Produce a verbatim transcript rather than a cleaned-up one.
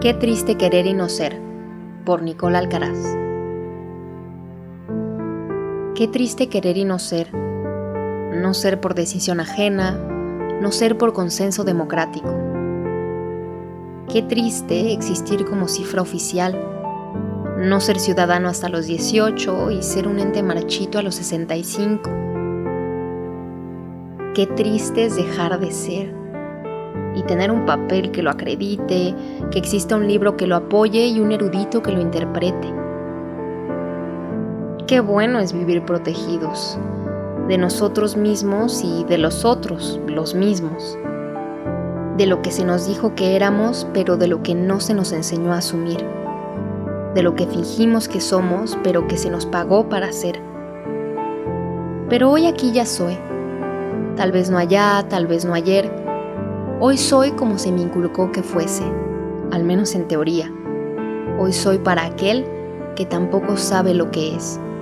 Qué triste querer y no ser, por Nicole Alcaraz. Qué triste querer y no ser, no ser por decisión ajena, no ser por consenso democrático. Qué triste existir como cifra oficial, no ser ciudadano hasta los dieciocho y ser un ente marchito a los sesenta y cinco. Qué triste es dejar de ser y tener un papel que lo acredite, que exista un libro que lo apoye y un erudito que lo interprete. Qué bueno es vivir protegidos de nosotros mismos y de los otros, los mismos, de lo que se nos dijo que éramos, pero de lo que no se nos enseñó a asumir, de lo que fingimos que somos, pero que se nos pagó para ser. Pero hoy aquí ya soy, tal vez no allá, tal vez no ayer. Hoy soy como se me inculcó que fuese, al menos en teoría. Hoy soy para aquel que tampoco sabe lo que es.